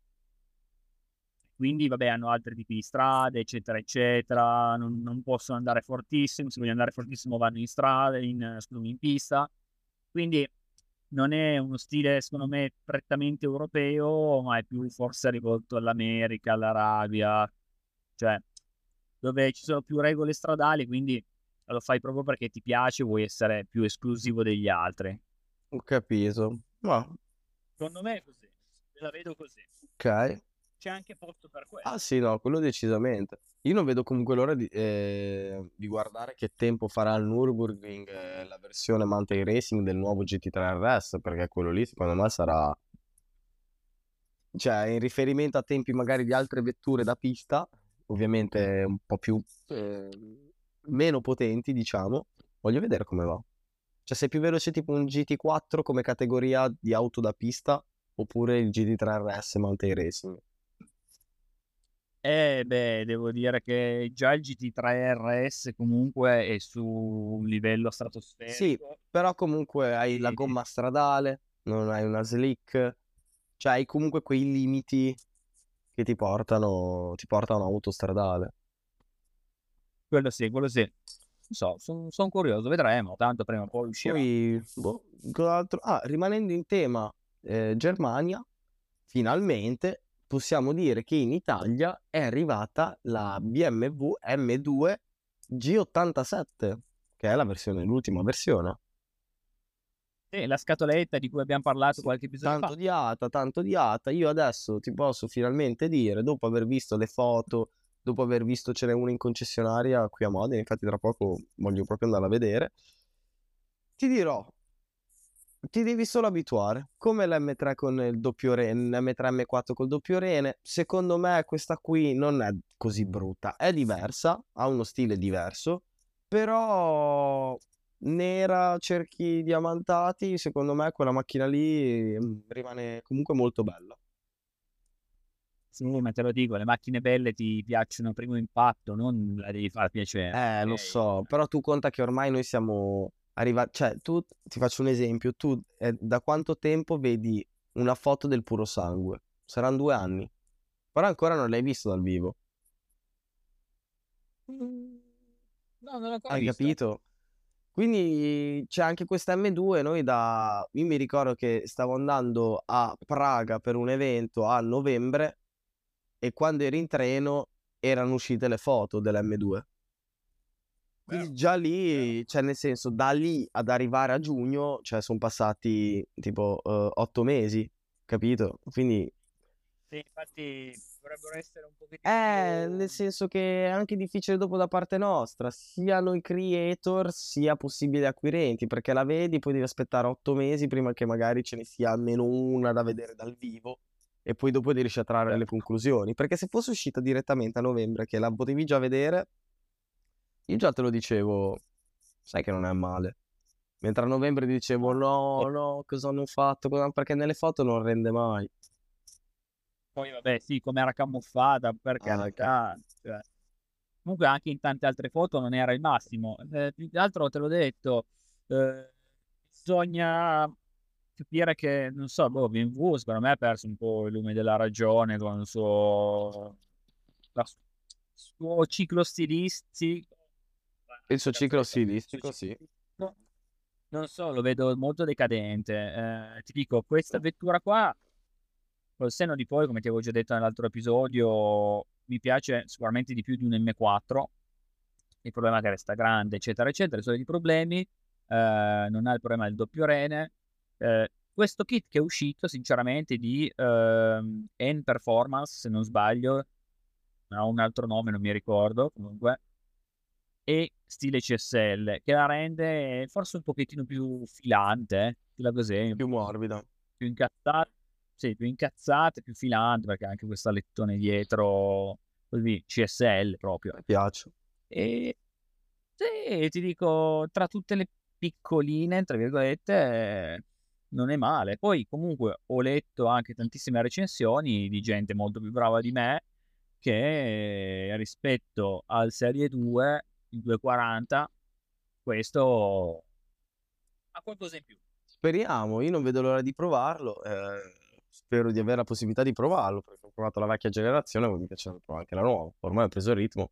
[SPEAKER 2] quindi vabbè hanno altri tipi di strade, eccetera, eccetera, non non possono andare fortissimo, se vogliono andare fortissimo vanno in strada in scusami, in pista. Quindi non è uno stile secondo me prettamente europeo, ma è più forse rivolto all'America, all'Arabia, cioè dove ci sono più regole stradali, quindi lo fai proprio perché ti piace, vuoi essere più esclusivo degli altri.
[SPEAKER 1] Ho capito. Ma
[SPEAKER 2] Secondo me è così, la vedo così.
[SPEAKER 1] Ok.
[SPEAKER 2] C'è anche posto per quello.
[SPEAKER 1] Ah sì, no, quello decisamente. Io non vedo comunque l'ora di, eh, di guardare che tempo farà il Nürburgring, eh, la versione Mountain Racing del nuovo G T tre R S, perché quello lì secondo me sarà, cioè in riferimento a tempi magari di altre vetture da pista, ovviamente un po' più, eh, meno potenti, diciamo. Voglio vedere come va. Cioè sei più veloce tipo un G T quattro come categoria di auto da pista, oppure il G T tre R S Mountain Racing.
[SPEAKER 2] Eh beh, devo dire che già il G T tre R S comunque è su un livello
[SPEAKER 1] Sì,
[SPEAKER 2] stratosferico.
[SPEAKER 1] però comunque hai la
[SPEAKER 2] E
[SPEAKER 1] gomma stradale, non hai una slick, cioè hai comunque quei limiti che ti portano, ti portano a autostradale.
[SPEAKER 2] quello sì, quello sì. Non so, son, son curioso, vedremo. Tanto prima o poi uscirà.
[SPEAKER 1] Poi, boh, cos'altro? Ah, rimanendo in tema eh, Germania, finalmente possiamo dire che in Italia è arrivata la B M W M due G ottantasette, che è la versione, l'ultima versione.
[SPEAKER 2] Sì, la scatoletta di cui abbiamo parlato
[SPEAKER 1] Sì,
[SPEAKER 2] qualche episodio
[SPEAKER 1] tanto
[SPEAKER 2] fa.
[SPEAKER 1] odiata, tanto odiata. Io adesso ti posso finalmente dire, dopo aver visto le foto, dopo aver visto ce n'è una in concessionaria qui a Modena, infatti tra poco voglio proprio andare a vedere, ti dirò, ti devi solo abituare. Come l'M tre con il doppio rene, l'M tre M quattro col doppio rene, secondo me questa qui non è così brutta, è diversa, ha uno stile diverso, però nera, cerchi diamantati, secondo me quella macchina lì mm, rimane comunque molto bella.
[SPEAKER 2] Sì, ma te lo dico, le macchine belle ti piacciono a primo impatto, non la devi far piacere,
[SPEAKER 1] Eh, lo
[SPEAKER 2] ok?
[SPEAKER 1] so, però tu conta che ormai noi siamo arrivati, cioè tu, ti faccio un esempio, tu eh, da quanto tempo vedi una foto del puro sangue? Saranno due anni, però ancora non l'hai visto dal vivo.
[SPEAKER 2] Mm, no, non l'ho ancora
[SPEAKER 1] Hai
[SPEAKER 2] visto.
[SPEAKER 1] capito? Quindi c'è anche questa M due, noi da... Io mi ricordo che stavo andando a Praga per un evento a novembre e quando ero in treno erano uscite le foto dell'M due. Quindi
[SPEAKER 2] Vero,
[SPEAKER 1] già
[SPEAKER 2] vero.
[SPEAKER 1] lì, cioè nel senso, da lì ad arrivare a giugno, cioè sono passati tipo eh, otto mesi, capito? Quindi
[SPEAKER 2] Sì, infatti dovrebbero essere un pochettino più...
[SPEAKER 1] Eh, nel senso che è anche difficile dopo da parte nostra, sia noi creator sia possibili acquirenti, perché la vedi, poi devi aspettare otto mesi prima che magari ce ne sia almeno una da vedere dal vivo e poi dopo riesci a trarre le conclusioni. Perché se fosse uscita direttamente a novembre, che la potevi già vedere, io già te lo dicevo, sai che non è male. Mentre a novembre dicevo
[SPEAKER 2] No,
[SPEAKER 1] no, no, cosa hanno fatto? Cosa- Perché nelle foto non rende mai.
[SPEAKER 2] poi vabbè, sì, come era camuffata, per
[SPEAKER 1] Anche.
[SPEAKER 2] carità. Cioè, comunque anche in tante altre foto non era il massimo. Eh, più che altro te l'ho detto, eh, bisogna capire che, non so, boh, B M W secondo me ha perso un po' il lume della ragione con il suo, la su- suo ciclo stilistico.
[SPEAKER 1] Il suo ciclo
[SPEAKER 2] Cazzoletto. Il suo
[SPEAKER 1] stilistico,
[SPEAKER 2] ciclo
[SPEAKER 1] sì.
[SPEAKER 2] stilistico, non so, lo vedo molto decadente. Eh, ti dico, questa vettura qua, col senno di poi, come ti avevo già detto nell'altro episodio, mi piace sicuramente di più di un M quattro. Il problema è che resta grande, eccetera, eccetera, i soliti problemi. Eh, non ha il problema del doppio rene. Eh, questo kit che è uscito, sinceramente, di ehm, N Performance, se non sbaglio, ha un altro nome, non mi ricordo, comunque, e stile C S L, che la rende forse un pochettino più filante, eh, dilla così,
[SPEAKER 1] Più morbida.
[SPEAKER 2] più incazzata, sì, più incazzata, più filante, perché ha anche questo alettone dietro, così, C S L proprio.
[SPEAKER 1] Mi piace.
[SPEAKER 2] E sì, ti dico, tra tutte le piccoline, tra virgolette, eh, non è male. Poi comunque ho letto anche tantissime recensioni di gente molto più brava di me che rispetto al Serie due, il duecentoquaranta, questo ha qualcosa in più.
[SPEAKER 1] Speriamo, io non vedo l'ora di provarlo. Eh, spero di avere la possibilità di provarlo, perché ho provato la vecchia generazione, ma mi piace provare anche la nuova. Ormai ho preso il ritmo.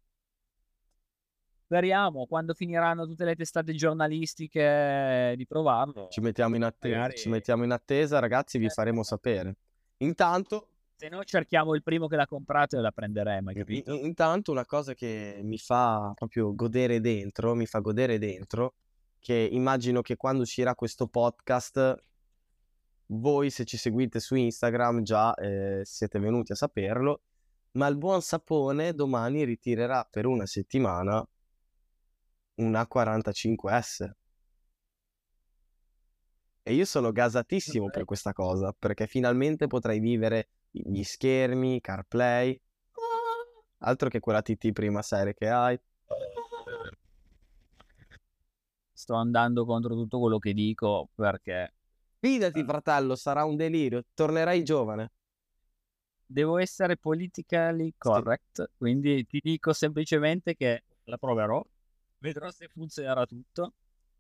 [SPEAKER 2] Speriamo, quando finiranno tutte le testate giornalistiche, di
[SPEAKER 1] Ci
[SPEAKER 2] provarlo.
[SPEAKER 1] mettiamo in attesa,
[SPEAKER 2] Magari,
[SPEAKER 1] ci mettiamo in attesa, ragazzi, vi
[SPEAKER 2] eh,
[SPEAKER 1] faremo sapere. Intanto,
[SPEAKER 2] se no cerchiamo il primo che l'ha comprato e la prenderemo, hai
[SPEAKER 1] in-
[SPEAKER 2] capito?
[SPEAKER 1] in- intanto una cosa che mi fa proprio godere dentro, mi fa godere dentro, che immagino che quando uscirà questo podcast voi se ci seguite su Instagram già eh, siete venuti a saperlo, ma il buon Sapone domani ritirerà per una settimana una quarantacinque S. E io sono gasatissimo per questa cosa, perché finalmente potrai vivere gli schermi, CarPlay, altro che quella T T prima serie che hai.
[SPEAKER 2] Sto andando contro tutto quello che dico perché
[SPEAKER 1] Fidati, fratello, sarà un delirio, tornerai giovane.
[SPEAKER 2] devo essere politically correct, quindi ti dico semplicemente che la proverò, vedrò se funzionerà tutto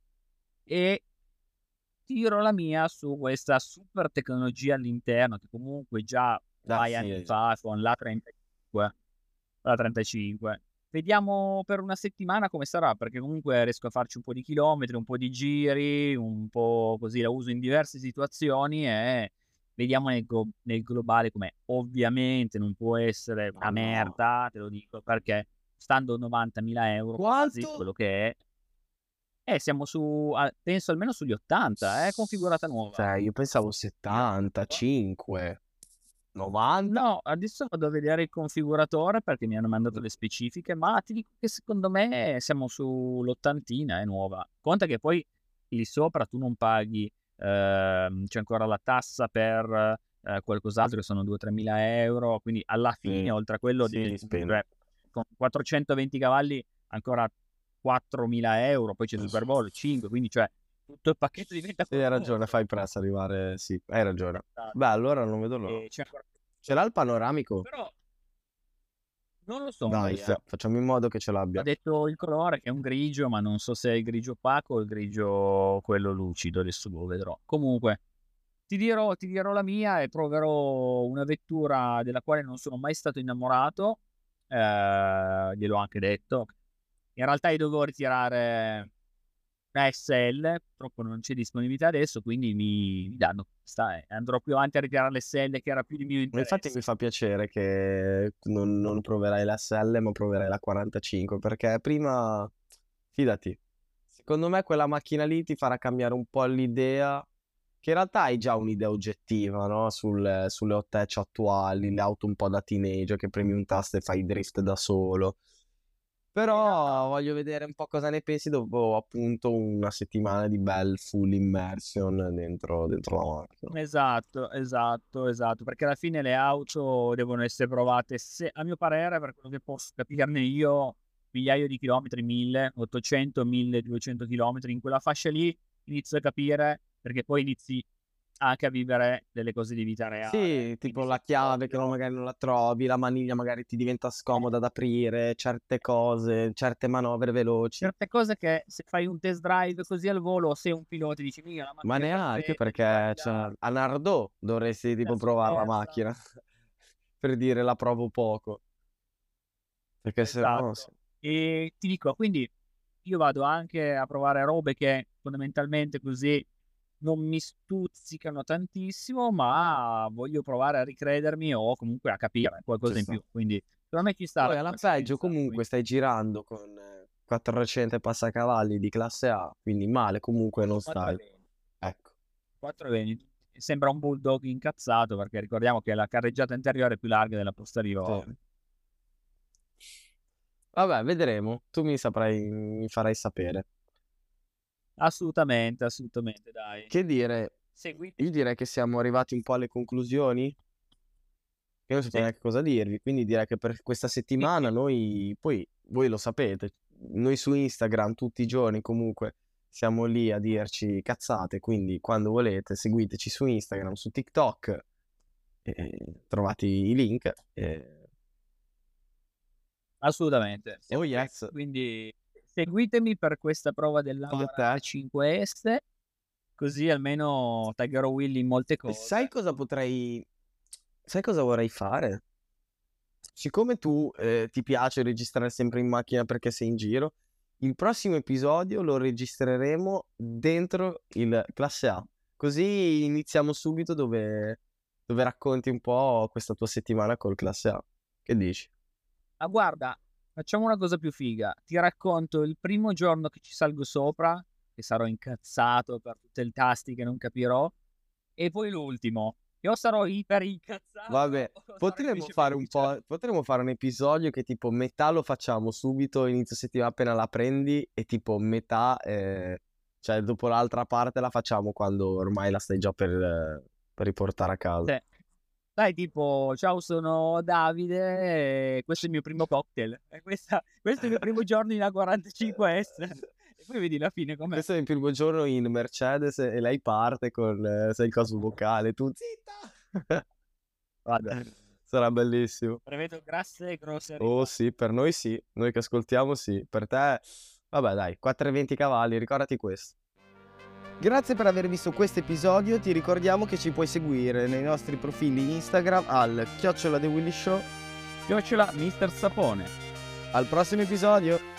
[SPEAKER 2] e tiro la mia su questa super tecnologia all'interno che comunque già un
[SPEAKER 1] Ah,
[SPEAKER 2] paio
[SPEAKER 1] sì,
[SPEAKER 2] anni
[SPEAKER 1] eh.
[SPEAKER 2] fa con l'A trentacinque, la trentacinque. Vediamo per una settimana come sarà, perché comunque riesco a farci un po' di chilometri, un po' di giri, un po' così, la uso in diverse situazioni e vediamo nel, glo- nel globale com'è. Ovviamente non può essere
[SPEAKER 1] Ma
[SPEAKER 2] una
[SPEAKER 1] no.
[SPEAKER 2] merda, te lo dico, perché stando novantamila euro quasi,
[SPEAKER 1] Quanto?
[SPEAKER 2] quello che è, eh, siamo su, a- penso almeno sugli ottanta, è configurata nuova.
[SPEAKER 1] Cioè, io pensavo settantacinque, novanta.
[SPEAKER 2] No, adesso vado a vedere il configuratore perché mi hanno mandato le specifiche, ma ti dico che secondo me siamo sull'ottantina, è nuova. Conta che poi lì sopra tu non paghi, ehm, c'è ancora la tassa per eh, qualcos'altro che sono due-tre mila euro, quindi alla fine,
[SPEAKER 1] Sì,
[SPEAKER 2] oltre a quello,
[SPEAKER 1] sì,
[SPEAKER 2] di,
[SPEAKER 1] li spendi.
[SPEAKER 2] cioè, con quattrocentoventi cavalli ancora quattromila euro, poi c'è il Super Bowl cinque, quindi cioè tutto il pacchetto diventa
[SPEAKER 1] Sì, hai ragione,
[SPEAKER 2] costoso.
[SPEAKER 1] fai presto ad arrivare. Sì, hai ragione.
[SPEAKER 2] Esatto.
[SPEAKER 1] Beh, allora non vedo l'ora.
[SPEAKER 2] E c'è ancora...
[SPEAKER 1] Ce l'ha il panoramico?
[SPEAKER 2] Però non lo so
[SPEAKER 1] Dai,
[SPEAKER 2] ancora.
[SPEAKER 1] fe- facciamo in modo che ce
[SPEAKER 2] Ha
[SPEAKER 1] l'abbia.
[SPEAKER 2] detto il colore che è un grigio, ma non so se è il grigio opaco o il grigio quello lucido, adesso lo vedrò. Comunque, ti dirò, ti dirò la mia e proverò una vettura della quale non sono mai stato innamorato, eh, gliel'ho anche detto. In realtà io dovevo ritirare una S L, purtroppo non c'è disponibilità adesso, quindi mi, mi danno questa e andrò più avanti a ritirare l'S L che era più di mio
[SPEAKER 1] Ma infatti
[SPEAKER 2] interesse.
[SPEAKER 1] mi fa piacere che non, non proverai la S L, ma proverai la quarantacinque, perché prima, fidati, secondo me quella macchina lì ti farà cambiare un po' l'idea, che in realtà hai già un'idea oggettiva, no? Sul- sulle hot hatch attuali, le auto un po' da teenager, che premi un tasto e fai drift da solo. Però voglio vedere un po' cosa ne pensi dopo appunto una settimana di bel full immersion dentro, dentro la macchina.
[SPEAKER 2] Esatto, esatto, esatto, perché alla fine le auto devono essere provate, se, a mio parere, per quello che posso capirne io, migliaia di chilometri, mille, ottocento, milleduecento chilometri, in quella fascia lì inizio a capire, perché poi inizi anche a vivere delle cose di vita reale.
[SPEAKER 1] Sì,
[SPEAKER 2] Quindi
[SPEAKER 1] tipo
[SPEAKER 2] se
[SPEAKER 1] la
[SPEAKER 2] tu
[SPEAKER 1] chiave che non-
[SPEAKER 2] proprio
[SPEAKER 1] magari non la trovi, la maniglia magari ti diventa scomoda da aprire, certe cose, certe manovre veloci.
[SPEAKER 2] certe cose che se fai un test drive così al volo, o sei un pilota e dici, mica la
[SPEAKER 1] Ma
[SPEAKER 2] macchina è
[SPEAKER 1] neanche
[SPEAKER 2] perfetta, ti vai
[SPEAKER 1] perché
[SPEAKER 2] là,
[SPEAKER 1] cioè, a Nardò dovresti
[SPEAKER 2] la
[SPEAKER 1] tipo provare la
[SPEAKER 2] sofferenza.
[SPEAKER 1] macchina per dire la provo poco. Perché se no... sì.
[SPEAKER 2] Esatto. E ti dico, quindi io vado anche a provare robe che fondamentalmente così non mi stuzzicano tantissimo, ma voglio provare a ricredermi o comunque a capire
[SPEAKER 1] Ci
[SPEAKER 2] qualcosa in
[SPEAKER 1] sta.
[SPEAKER 2] più. Quindi secondo me ci sta
[SPEAKER 1] Poi
[SPEAKER 2] la
[SPEAKER 1] alla
[SPEAKER 2] tua
[SPEAKER 1] peggio
[SPEAKER 2] scelta.
[SPEAKER 1] comunque
[SPEAKER 2] Quindi,
[SPEAKER 1] stai girando con eh, quattrocento passacavalli di classe A, quindi male comunque non stai.
[SPEAKER 2] quattro virgola venti.
[SPEAKER 1] Ecco.
[SPEAKER 2] quattro virgola venti. Sembra un bulldog incazzato perché ricordiamo che la carreggiata anteriore è più larga della posteriore.
[SPEAKER 1] Sì. Vabbè, vedremo. Tu mi saprai, mi farai sapere.
[SPEAKER 2] Assolutamente, assolutamente, dai.
[SPEAKER 1] Che dire,
[SPEAKER 2] Segui.
[SPEAKER 1] io direi che siamo arrivati un po' alle conclusioni. Io non so
[SPEAKER 2] Sì,
[SPEAKER 1] neanche cosa dirvi, quindi direi che per questa
[SPEAKER 2] sì,
[SPEAKER 1] settimana
[SPEAKER 2] sì.
[SPEAKER 1] noi, poi voi lo sapete, noi su Instagram tutti i giorni comunque siamo lì a dirci cazzate, quindi quando volete seguiteci su Instagram, su TikTok, e trovate i link. E...
[SPEAKER 2] Assolutamente,
[SPEAKER 1] Oh
[SPEAKER 2] siamo qui.
[SPEAKER 1] yes,
[SPEAKER 2] Quindi seguitemi per questa prova della
[SPEAKER 1] a te.
[SPEAKER 2] quarantacinque S, così almeno taggerò Willy in molte
[SPEAKER 1] E sai
[SPEAKER 2] cose.
[SPEAKER 1] cosa potrei, sai cosa vorrei fare? Siccome tu eh, ti piace registrare sempre in macchina perché sei in giro, il prossimo episodio lo registreremo dentro il classe A. Così iniziamo subito dove, dove racconti un po' questa tua settimana col classe A. Che dici?
[SPEAKER 2] Ma guarda, facciamo una cosa più figa. Ti racconto il primo giorno che ci salgo sopra, che sarò incazzato per tutte le tasti che non capirò, E poi l'ultimo. Io sarò iper incazzato.
[SPEAKER 1] Vabbè,
[SPEAKER 2] o sarò
[SPEAKER 1] potremmo
[SPEAKER 2] invece
[SPEAKER 1] fare un
[SPEAKER 2] felice?
[SPEAKER 1] po', potremmo fare un episodio che tipo metà lo facciamo subito inizio settimana appena la prendi e tipo metà, eh, cioè dopo l'altra parte la facciamo quando ormai la stai già per, eh, per riportare a casa.
[SPEAKER 2] Cioè, sai, tipo, ciao, sono Davide, e questo è il mio primo cocktail. E questa, questo è il mio primo giorno in A quarantacinque S. E poi vedi la fine com'è.
[SPEAKER 1] Questo è il primo giorno in Mercedes e lei parte con, eh, sai, il coso vocale, tu zitta!
[SPEAKER 2] Guarda,
[SPEAKER 1] Sarà bellissimo.
[SPEAKER 2] prevedo grasse e grosse
[SPEAKER 1] Oh
[SPEAKER 2] risate.
[SPEAKER 1] sì, per noi sì, noi che ascoltiamo sì, per te, vabbè dai, quattro e venti cavalli, ricordati questo. Grazie per aver visto questo episodio, ti ricordiamo che ci puoi seguire nei nostri profili Instagram al chiocciola The Willy Show.
[SPEAKER 2] Chiocciola mister Sapone.
[SPEAKER 1] Al prossimo episodio!